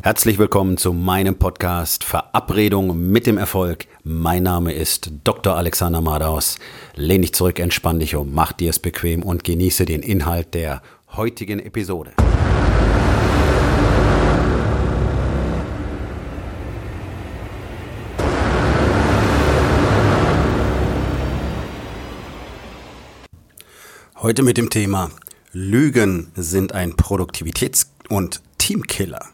Herzlich willkommen zu meinem Podcast Verabredung mit dem Erfolg. Mein Name ist Dr. Alexander Madaus. Lehn dich zurück, entspann dich um, mach dir es bequem und genieße den Inhalt der heutigen Episode. Heute mit dem Thema Lügen sind ein Produktivitäts- und Teamkiller.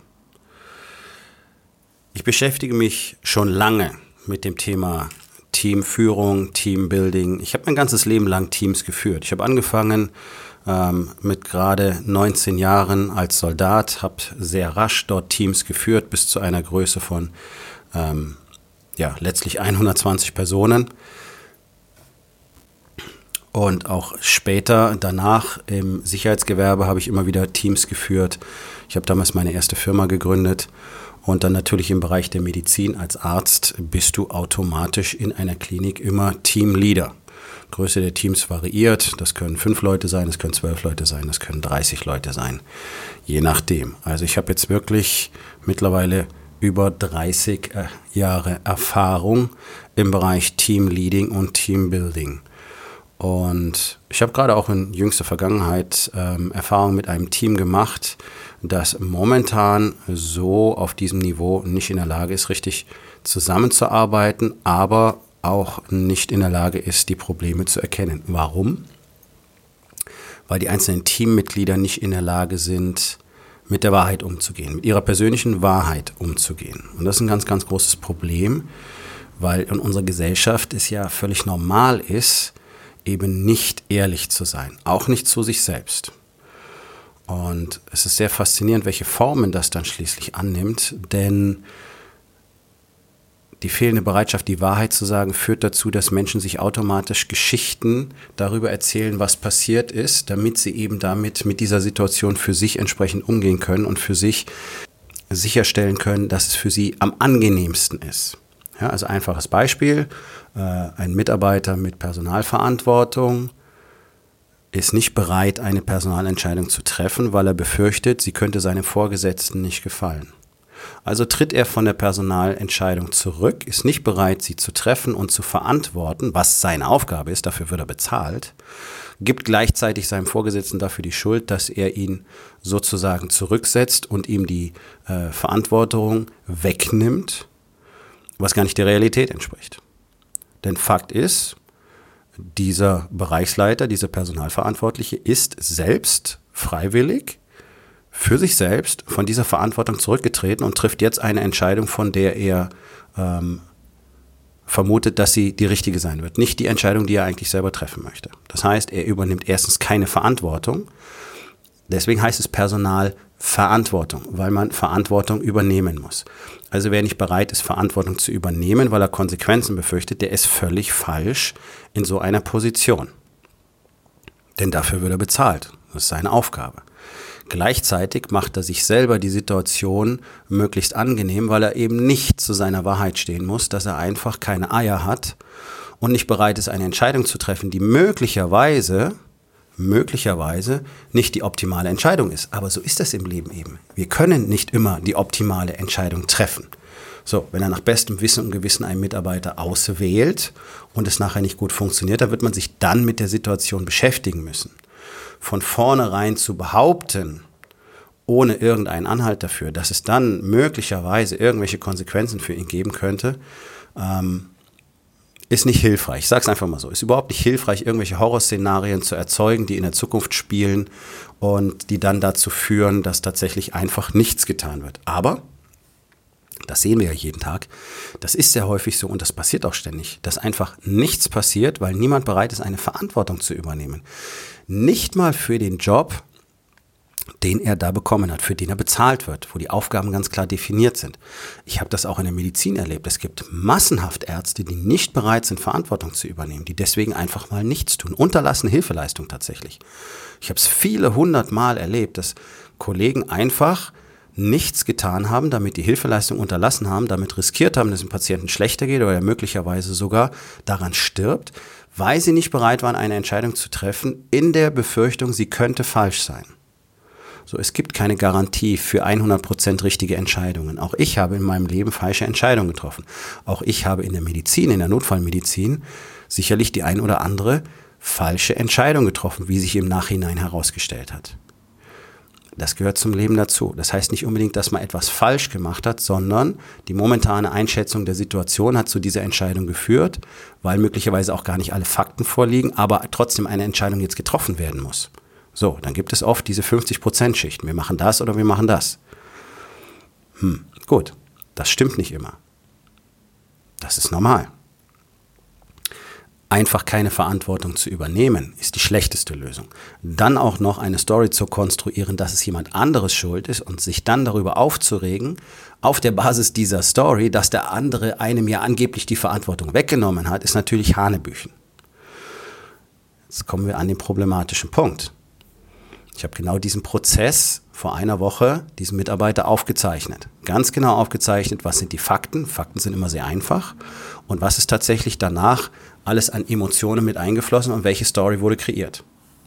Ich beschäftige mich schon lange mit dem Thema Teamführung, Teambuilding. Ich habe mein ganzes Leben lang Teams geführt. Ich habe angefangen mit gerade 19 Jahren als Soldat, habe sehr rasch dort Teams geführt bis zu einer Größe von letztlich 120 Personen. Und auch später, danach im Sicherheitsgewerbe habe ich immer wieder Teams geführt. Ich habe damals meine erste Firma gegründet. Und dann natürlich im Bereich der Medizin als Arzt bist du automatisch in einer Klinik immer Teamleader. Größe der Teams variiert. Das können 5 Leute sein, das können 12 Leute sein, das können 30 Leute sein. Je nachdem. Also ich habe jetzt wirklich mittlerweile über 30 Jahre Erfahrung im Bereich Teamleading und Teambuilding. Und ich habe gerade auch in jüngster Vergangenheit Erfahrung mit einem Team gemacht, das momentan so auf diesem Niveau nicht in der Lage ist, richtig zusammenzuarbeiten, aber auch nicht in der Lage ist, die Probleme zu erkennen. Warum? Weil die einzelnen Teammitglieder nicht in der Lage sind, mit der Wahrheit umzugehen, mit ihrer persönlichen Wahrheit umzugehen. Und das ist ein ganz, ganz großes Problem, weil in unserer Gesellschaft es ja völlig normal ist, eben nicht ehrlich zu sein, auch nicht zu sich selbst. Und es ist sehr faszinierend, welche Formen das dann schließlich annimmt, denn die fehlende Bereitschaft, die Wahrheit zu sagen, führt dazu, dass Menschen sich automatisch Geschichten darüber erzählen, was passiert ist, damit sie eben damit mit dieser Situation für sich entsprechend umgehen können und für sich sicherstellen können, dass es für sie am angenehmsten ist. Ja, also einfaches Beispiel, ein Mitarbeiter mit Personalverantwortung ist nicht bereit, eine Personalentscheidung zu treffen, weil er befürchtet, sie könnte seinem Vorgesetzten nicht gefallen. Also tritt er von der Personalentscheidung zurück, ist nicht bereit, sie zu treffen und zu verantworten, was seine Aufgabe ist, dafür wird er bezahlt, gibt gleichzeitig seinem Vorgesetzten dafür die Schuld, dass er ihn sozusagen zurücksetzt und ihm die Verantwortung wegnimmt, was gar nicht der Realität entspricht. Denn Fakt ist, dieser Bereichsleiter, dieser Personalverantwortliche ist selbst freiwillig für sich selbst von dieser Verantwortung zurückgetreten und trifft jetzt eine Entscheidung, von der er vermutet, dass sie die richtige sein wird. Nicht die Entscheidung, die er eigentlich selber treffen möchte. Das heißt, er übernimmt erstens keine Verantwortung. Deswegen heißt es Personalverantwortung, weil man Verantwortung übernehmen muss. Also wer nicht bereit ist, Verantwortung zu übernehmen, weil er Konsequenzen befürchtet, der ist völlig falsch in so einer Position. Denn dafür wird er bezahlt. Das ist seine Aufgabe. Gleichzeitig macht er sich selber die Situation möglichst angenehm, weil er eben nicht zu seiner Wahrheit stehen muss, dass er einfach keine Eier hat und nicht bereit ist, eine Entscheidung zu treffen, die möglicherweise nicht die optimale Entscheidung ist. Aber so ist das im Leben eben. Wir können nicht immer die optimale Entscheidung treffen. So, wenn er nach bestem Wissen und Gewissen einen Mitarbeiter auswählt und es nachher nicht gut funktioniert, dann wird man sich dann mit der Situation beschäftigen müssen. Von vornherein zu behaupten, ohne irgendeinen Anhalt dafür, dass es dann möglicherweise irgendwelche Konsequenzen für ihn geben könnte, ist nicht hilfreich. Ich sage es einfach mal so. Ist überhaupt nicht hilfreich, irgendwelche Horrorszenarien zu erzeugen, die in der Zukunft spielen und die dann dazu führen, dass tatsächlich einfach nichts getan wird. Aber, das sehen wir ja jeden Tag, das ist sehr häufig so und das passiert auch ständig, dass einfach nichts passiert, weil niemand bereit ist, eine Verantwortung zu übernehmen. Nicht mal für den Job, den er da bekommen hat, für den er bezahlt wird, wo die Aufgaben ganz klar definiert sind. Ich habe das auch in der Medizin erlebt. Es gibt massenhaft Ärzte, die nicht bereit sind, Verantwortung zu übernehmen, die deswegen einfach mal nichts tun. Unterlassene Hilfeleistung tatsächlich. Ich habe es viele 100 Mal erlebt, dass Kollegen einfach nichts getan haben, damit die Hilfeleistung unterlassen haben, damit riskiert haben, dass es dem Patienten schlechter geht oder er möglicherweise sogar daran stirbt, weil sie nicht bereit waren, eine Entscheidung zu treffen, in der Befürchtung, sie könnte falsch sein. So, es gibt keine Garantie für 100% richtige Entscheidungen. Auch ich habe in meinem Leben falsche Entscheidungen getroffen. Auch ich habe in der Medizin, in der Notfallmedizin, sicherlich die ein oder andere falsche Entscheidung getroffen, wie sich im Nachhinein herausgestellt hat. Das gehört zum Leben dazu. Das heißt nicht unbedingt, dass man etwas falsch gemacht hat, sondern die momentane Einschätzung der Situation hat zu dieser Entscheidung geführt, weil möglicherweise auch gar nicht alle Fakten vorliegen, aber trotzdem eine Entscheidung jetzt getroffen werden muss. So, dann gibt es oft diese 50%-Schichten. Wir machen das oder wir machen das. Gut, das stimmt nicht immer. Das ist normal. Einfach keine Verantwortung zu übernehmen, ist die schlechteste Lösung. Dann auch noch eine Story zu konstruieren, dass es jemand anderes schuld ist und sich dann darüber aufzuregen, auf der Basis dieser Story, dass der andere einem ja angeblich die Verantwortung weggenommen hat, ist natürlich Hanebüchen. Jetzt kommen wir an den problematischen Punkt. Ich habe genau diesen Prozess vor einer Woche diesem Mitarbeiter aufgezeichnet. Ganz genau aufgezeichnet, was sind die Fakten. Fakten sind immer sehr einfach. Und was ist tatsächlich danach alles an Emotionen mit eingeflossen und welche Story wurde kreiert.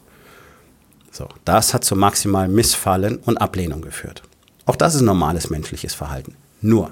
So, das hat zu maximalen Missfallen und Ablehnung geführt. Auch das ist normales menschliches Verhalten. Nur,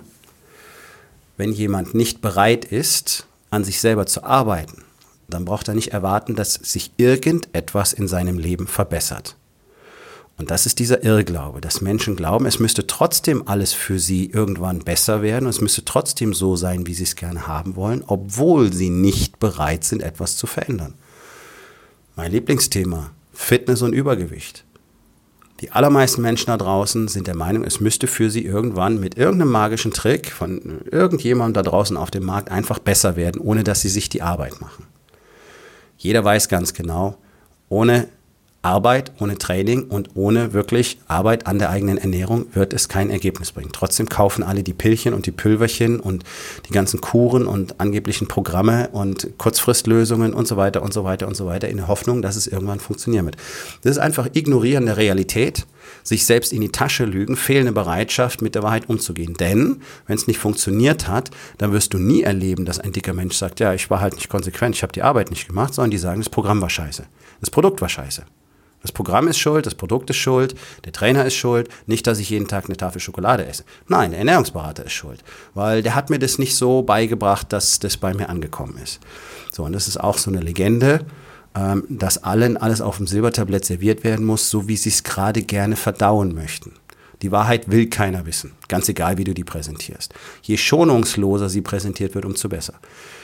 wenn jemand nicht bereit ist, an sich selber zu arbeiten, dann braucht er nicht erwarten, dass sich irgendetwas in seinem Leben verbessert. Und das ist dieser Irrglaube, dass Menschen glauben, es müsste trotzdem alles für sie irgendwann besser werden und es müsste trotzdem so sein, wie sie es gerne haben wollen, obwohl sie nicht bereit sind, etwas zu verändern. Mein Lieblingsthema, Fitness und Übergewicht. Die allermeisten Menschen da draußen sind der Meinung, es müsste für sie irgendwann mit irgendeinem magischen Trick von irgendjemandem da draußen auf dem Markt einfach besser werden, ohne dass sie sich die Arbeit machen. Jeder weiß ganz genau, ohne Arbeit, ohne Training und ohne wirklich Arbeit an der eigenen Ernährung wird es kein Ergebnis bringen. Trotzdem kaufen alle die Pillchen und die Pülverchen und die ganzen Kuren und angeblichen Programme und Kurzfristlösungen und so weiter und so weiter und so weiter in der Hoffnung, dass es irgendwann funktionieren wird. Das ist einfach Ignorieren der Realität, sich selbst in die Tasche lügen, fehlende Bereitschaft, mit der Wahrheit umzugehen. Denn wenn es nicht funktioniert hat, dann wirst du nie erleben, dass ein dicker Mensch sagt, ja, ich war halt nicht konsequent, ich habe die Arbeit nicht gemacht, sondern die sagen, das Programm war scheiße, das Produkt war scheiße. Das Programm ist schuld, das Produkt ist schuld, der Trainer ist schuld, nicht, dass ich jeden Tag eine Tafel Schokolade esse. Nein, der Ernährungsberater ist schuld, weil der hat mir das nicht so beigebracht, dass das bei mir angekommen ist. So, und das ist auch so eine Legende, dass allen alles auf dem Silbertablett serviert werden muss, so wie sie es gerade gerne verdauen möchten. Die Wahrheit will keiner wissen, ganz egal, wie du die präsentierst. Je schonungsloser sie präsentiert wird, umso besser.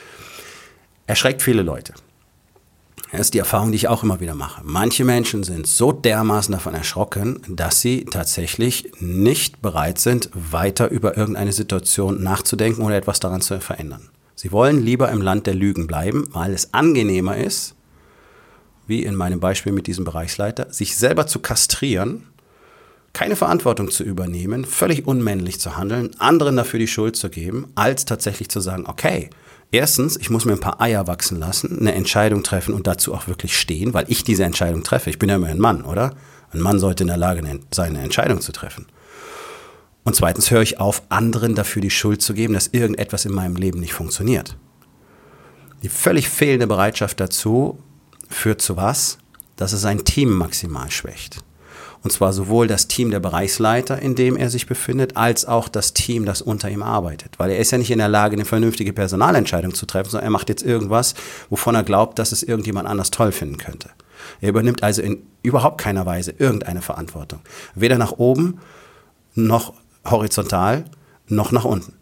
Erschreckt viele Leute. Das ist die Erfahrung, die ich auch immer wieder mache. Manche Menschen sind so dermaßen davon erschrocken, dass sie tatsächlich nicht bereit sind, weiter über irgendeine Situation nachzudenken oder etwas daran zu verändern. Sie wollen lieber im Land der Lügen bleiben, weil es angenehmer ist, wie in meinem Beispiel mit diesem Bereichsleiter, sich selber zu kastrieren, keine Verantwortung zu übernehmen, völlig unmännlich zu handeln, anderen dafür die Schuld zu geben, als tatsächlich zu sagen, okay, erstens, ich muss mir ein paar Eier wachsen lassen, eine Entscheidung treffen und dazu auch wirklich stehen, weil ich diese Entscheidung treffe. Ich bin ja immer ein Mann, oder? Ein Mann sollte in der Lage sein, eine Entscheidung zu treffen. Und zweitens höre ich auf, anderen dafür die Schuld zu geben, dass irgendetwas in meinem Leben nicht funktioniert. Die völlig fehlende Bereitschaft dazu führt zu was? Dass es sein Team maximal schwächt. Und zwar sowohl das Team der Bereichsleiter, in dem er sich befindet, als auch das Team, das unter ihm arbeitet. Weil er ist ja nicht in der Lage, eine vernünftige Personalentscheidung zu treffen, sondern er macht jetzt irgendwas, wovon er glaubt, dass es irgendjemand anders toll finden könnte. Er übernimmt also in überhaupt keiner Weise irgendeine Verantwortung. Weder nach oben, noch horizontal, noch nach unten.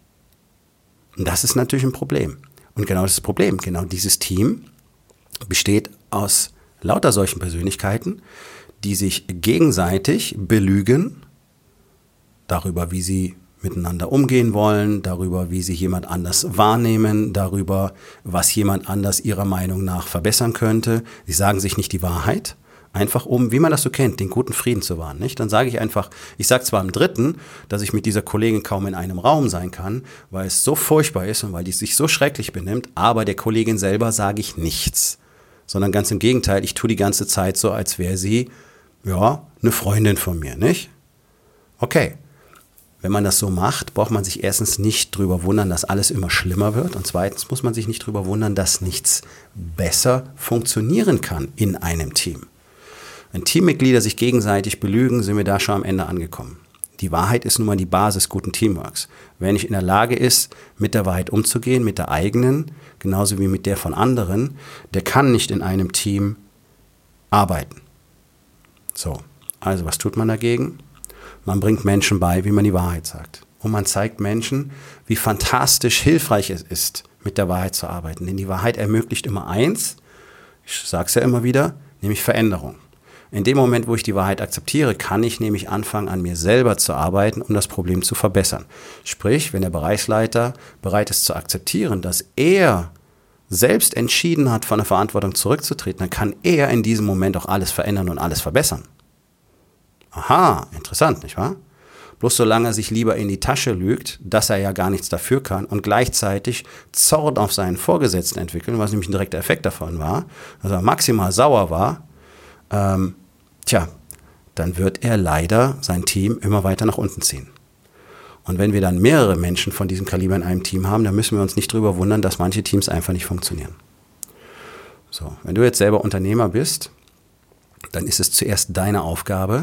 Und das ist natürlich ein Problem. Und genau das ist das Problem. Genau dieses Team besteht aus lauter solchen Persönlichkeiten, die sich gegenseitig belügen darüber, wie sie miteinander umgehen wollen, darüber, wie sie jemand anders wahrnehmen, darüber, was jemand anders ihrer Meinung nach verbessern könnte. Sie sagen sich nicht die Wahrheit, einfach um, wie man das so kennt, den guten Frieden zu wahren. Nicht? Dann sage ich einfach, ich sage zwar am Dritten, dass ich mit dieser Kollegin kaum in einem Raum sein kann, weil es so furchtbar ist und weil die sich so schrecklich benimmt, aber der Kollegin selber sage ich nichts. Sondern ganz im Gegenteil, ich tue die ganze Zeit so, als wäre sie ja, eine Freundin von mir, nicht? Okay, wenn man das so macht, braucht man sich erstens nicht drüber wundern, dass alles immer schlimmer wird und zweitens muss man sich nicht drüber wundern, dass nichts besser funktionieren kann in einem Team. Wenn Teammitglieder sich gegenseitig belügen, sind wir da schon am Ende angekommen. Die Wahrheit ist nun mal die Basis guten Teamworks. Wer nicht in der Lage ist, mit der Wahrheit umzugehen, mit der eigenen, genauso wie mit der von anderen, der kann nicht in einem Team arbeiten. So, also was tut man dagegen? Man bringt Menschen bei, wie man die Wahrheit sagt. Und man zeigt Menschen, wie fantastisch hilfreich es ist, mit der Wahrheit zu arbeiten. Denn die Wahrheit ermöglicht immer eins, ich sage es ja immer wieder, nämlich Veränderung. In dem Moment, wo ich die Wahrheit akzeptiere, kann ich nämlich anfangen, an mir selber zu arbeiten, um das Problem zu verbessern. Sprich, wenn der Bereichsleiter bereit ist zu akzeptieren, dass er selbst entschieden hat, von der Verantwortung zurückzutreten, dann kann er in diesem Moment auch alles verändern und alles verbessern. Aha, interessant, nicht wahr? Bloß solange er sich lieber in die Tasche lügt, dass er ja gar nichts dafür kann und gleichzeitig Zorn auf seinen Vorgesetzten entwickeln, was nämlich ein direkter Effekt davon war, dass er maximal sauer war, dann wird er leider sein Team immer weiter nach unten ziehen. Und wenn wir dann mehrere Menschen von diesem Kaliber in einem Team haben, dann müssen wir uns nicht darüber wundern, dass manche Teams einfach nicht funktionieren. So, wenn du jetzt selber Unternehmer bist, dann ist es zuerst deine Aufgabe,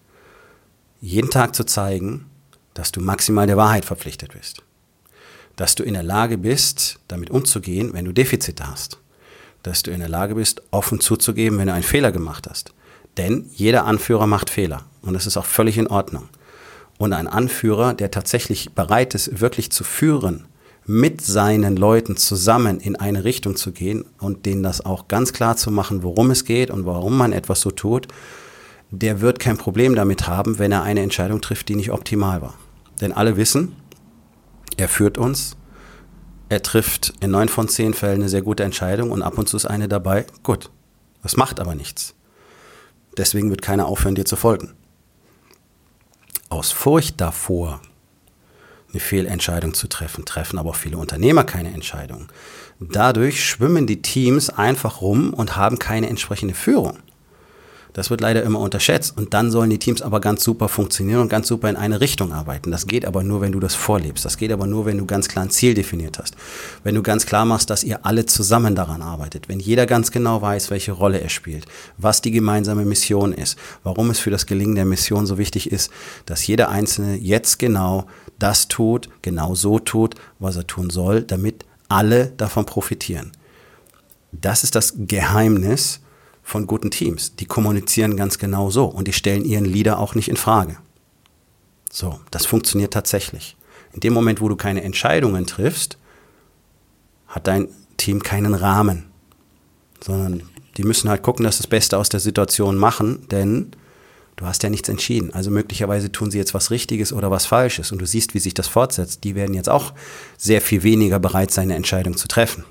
jeden Tag zu zeigen, dass du maximal der Wahrheit verpflichtet bist. Dass du in der Lage bist, damit umzugehen, wenn du Defizite hast. Dass du in der Lage bist, offen zuzugeben, wenn du einen Fehler gemacht hast. Denn jeder Anführer macht Fehler und das ist auch völlig in Ordnung. Und ein Anführer, der tatsächlich bereit ist, wirklich zu führen, mit seinen Leuten zusammen in eine Richtung zu gehen und denen das auch ganz klar zu machen, worum es geht und warum man etwas so tut, der wird kein Problem damit haben, wenn er eine Entscheidung trifft, die nicht optimal war. Denn alle wissen, er führt uns, er trifft in 9 von 10 Fällen eine sehr gute Entscheidung und ab und zu ist eine dabei, gut, das macht aber nichts. Deswegen wird keiner aufhören, dir zu folgen. Aus Furcht davor, eine Fehlentscheidung zu treffen aber auch viele Unternehmer keine Entscheidung. Dadurch schwimmen die Teams einfach rum und haben keine entsprechende Führung. Das wird leider immer unterschätzt und dann sollen die Teams aber ganz super funktionieren und ganz super in eine Richtung arbeiten. Das geht aber nur, wenn du das vorlebst. Das geht aber nur, wenn du ganz klar ein Ziel definiert hast. Wenn du ganz klar machst, dass ihr alle zusammen daran arbeitet. Wenn jeder ganz genau weiß, welche Rolle er spielt, was die gemeinsame Mission ist, warum es für das Gelingen der Mission so wichtig ist, dass jeder Einzelne jetzt genau das tut, genau so tut, was er tun soll, damit alle davon profitieren. Das ist das Geheimnis von guten Teams. Die kommunizieren ganz genau so und die stellen ihren Leader auch nicht in Frage. So, das funktioniert tatsächlich. In dem Moment, wo du keine Entscheidungen triffst, hat dein Team keinen Rahmen, sondern die müssen halt gucken, dass sie das Beste aus der Situation machen, denn du hast ja nichts entschieden. Also möglicherweise tun sie jetzt was Richtiges oder was Falsches und du siehst, wie sich das fortsetzt. Die werden jetzt auch sehr viel weniger bereit sein, eine Entscheidung zu treffen.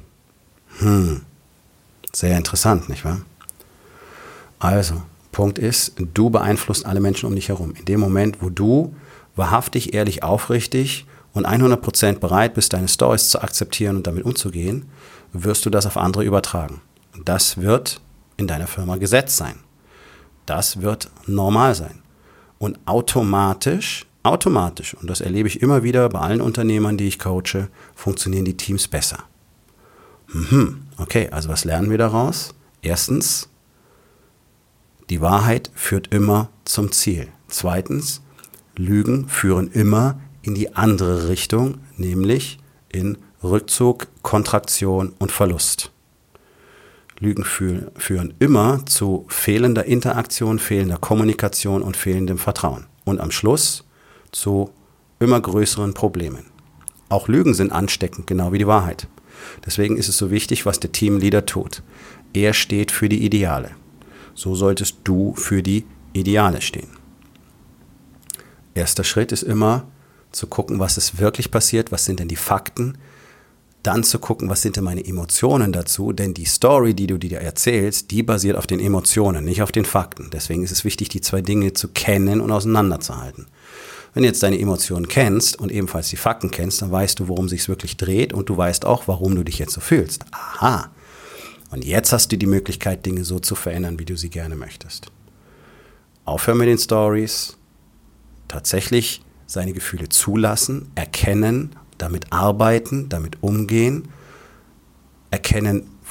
Sehr interessant, nicht wahr? Also, Punkt ist, du beeinflusst alle Menschen um dich herum. In dem Moment, wo du wahrhaftig, ehrlich, aufrichtig und 100% bereit bist, deine Storys zu akzeptieren und damit umzugehen, wirst du das auf andere übertragen. Das wird in deiner Firma Gesetz sein. Das wird normal sein. Und automatisch, und das erlebe ich immer wieder bei allen Unternehmern, die ich coache, funktionieren die Teams besser. Okay, also was lernen wir daraus? Erstens, die Wahrheit führt immer zum Ziel. Zweitens, Lügen führen immer in die andere Richtung, nämlich in Rückzug, Kontraktion und Verlust. Lügen führen immer zu fehlender Interaktion, fehlender Kommunikation und fehlendem Vertrauen. Und am Schluss zu immer größeren Problemen. Auch Lügen sind ansteckend, genau wie die Wahrheit. Deswegen ist es so wichtig, was der Teamleader tut. Er steht für die Ideale. So solltest du für die Ideale stehen. Erster Schritt ist immer zu gucken, was ist wirklich passiert, was sind denn die Fakten. Dann zu gucken, was sind denn meine Emotionen dazu, denn die Story, die du dir erzählst, die basiert auf den Emotionen, nicht auf den Fakten. Deswegen ist es wichtig, die zwei Dinge zu kennen und auseinanderzuhalten. Wenn du jetzt deine Emotionen kennst und ebenfalls die Fakten kennst, dann weißt du, worum es sich wirklich dreht und du weißt auch, warum du dich jetzt so fühlst. Aha. Und jetzt hast du die Möglichkeit, Dinge so zu verändern, wie du sie gerne möchtest. Aufhören mit den Stories, tatsächlich seine Gefühle zulassen, erkennen, damit arbeiten, damit umgehen, erkennen,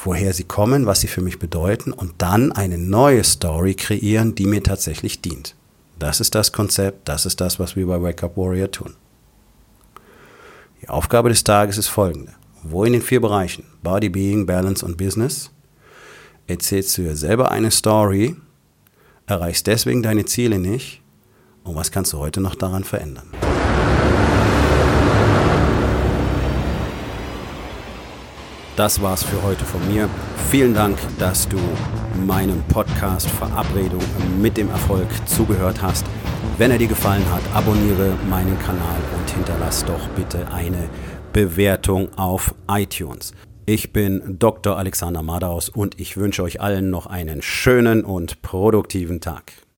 woher sie kommen, was sie für mich bedeuten und dann eine neue Story kreieren, die mir tatsächlich dient. Das ist das Konzept, das ist das, was wir bei Wake Up Warrior tun. Die Aufgabe des Tages ist folgende. Wo in den 4 Bereichen, Body, Being, Balance und Business, erzählst du dir selber eine Story, erreichst deswegen deine Ziele nicht und was kannst du heute noch daran verändern? Das war's für heute von mir. Vielen Dank, dass du meinem Podcast Verabredung mit dem Erfolg zugehört hast. Wenn er dir gefallen hat, abonniere meinen Kanal und hinterlass doch bitte eine Bewertung auf iTunes. Ich bin Dr. Alexander Madaus und ich wünsche euch allen noch einen schönen und produktiven Tag.